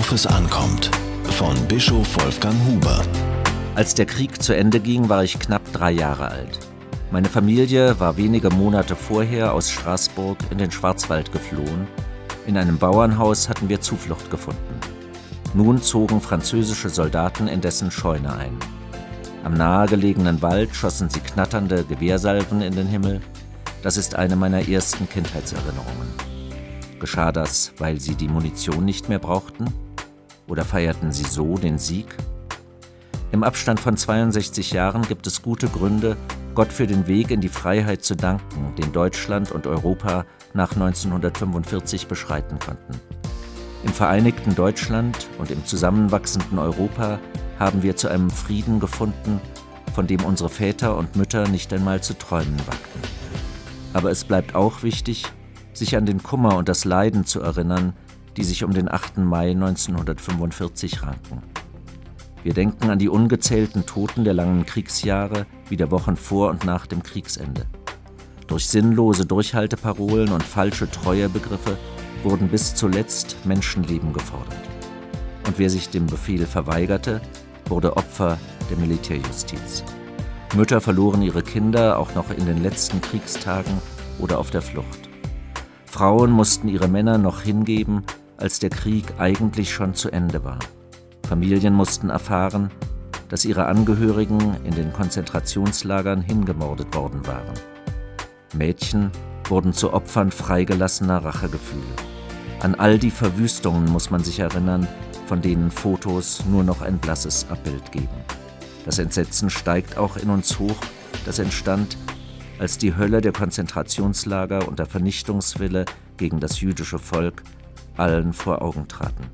Worauf es ankommt, von Bischof Wolfgang Huber. Als der Krieg zu Ende ging, war ich knapp 3 Jahre alt. Meine Familie war wenige Monate vorher aus Straßburg in den Schwarzwald geflohen. In einem Bauernhaus hatten wir Zuflucht gefunden. Nun zogen französische Soldaten in dessen Scheune ein. Am nahegelegenen Wald schossen sie knatternde Gewehrsalven in den Himmel. Das ist eine meiner ersten Kindheitserinnerungen. Geschah das, weil sie die Munition nicht mehr brauchten? Oder feierten sie so den Sieg? Im Abstand von 62 Jahren gibt es gute Gründe, Gott für den Weg in die Freiheit zu danken, den Deutschland und Europa nach 1945 beschreiten konnten. Im vereinigten Deutschland und im zusammenwachsenden Europa haben wir zu einem Frieden gefunden, von dem unsere Väter und Mütter nicht einmal zu träumen wagten. Aber es bleibt auch wichtig, sich an den Kummer und das Leiden zu erinnern, die sich um den 8. Mai 1945 ranken. Wir denken an die ungezählten Toten der langen Kriegsjahre wie der Wochen vor und nach dem Kriegsende. Durch sinnlose Durchhalteparolen und falsche Treuebegriffe wurden bis zuletzt Menschenleben gefordert. Und wer sich dem Befehl verweigerte, wurde Opfer der Militärjustiz. Mütter verloren ihre Kinder auch noch in den letzten Kriegstagen oder auf der Flucht. Frauen mussten ihre Männer noch hingeben, als der Krieg eigentlich schon zu Ende war. Familien mussten erfahren, dass ihre Angehörigen in den Konzentrationslagern hingemordet worden waren. Mädchen wurden zu Opfern freigelassener Rachegefühle. An all die Verwüstungen muss man sich erinnern, von denen Fotos nur noch ein blasses Abbild geben. Das Entsetzen steigt auch in uns hoch, das entstand, als die Hölle der Konzentrationslager und der Vernichtungswille gegen das jüdische Volk allen vor Augen traten.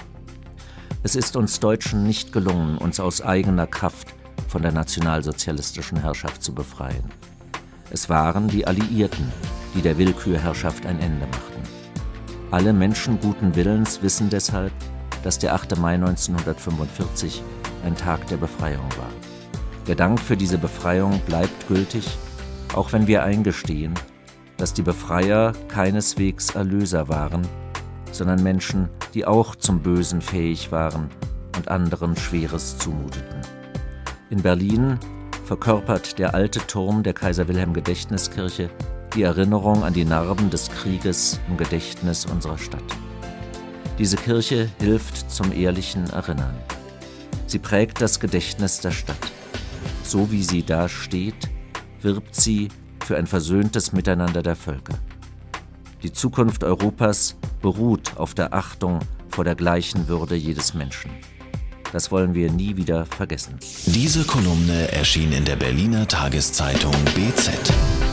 Es ist uns Deutschen nicht gelungen, uns aus eigener Kraft von der nationalsozialistischen Herrschaft zu befreien. Es waren die Alliierten, die der Willkürherrschaft ein Ende machten. Alle Menschen guten Willens wissen deshalb, dass der 8. Mai 1945 ein Tag der Befreiung war. Der Dank für diese Befreiung bleibt gültig, auch wenn wir eingestehen, dass die Befreier keineswegs Erlöser waren, sondern Menschen, die auch zum Bösen fähig waren und anderen Schweres zumuteten. In Berlin verkörpert der alte Turm der Kaiser-Wilhelm-Gedächtniskirche die Erinnerung an die Narben des Krieges im Gedächtnis unserer Stadt. Diese Kirche hilft zum ehrlichen Erinnern. Sie prägt das Gedächtnis der Stadt. So wie sie da steht, wirbt sie für ein versöhntes Miteinander der Völker. Die Zukunft Europas beruht auf der Achtung vor der gleichen Würde jedes Menschen. Das wollen wir nie wieder vergessen. Diese Kolumne erschien in der Berliner Tageszeitung BZ.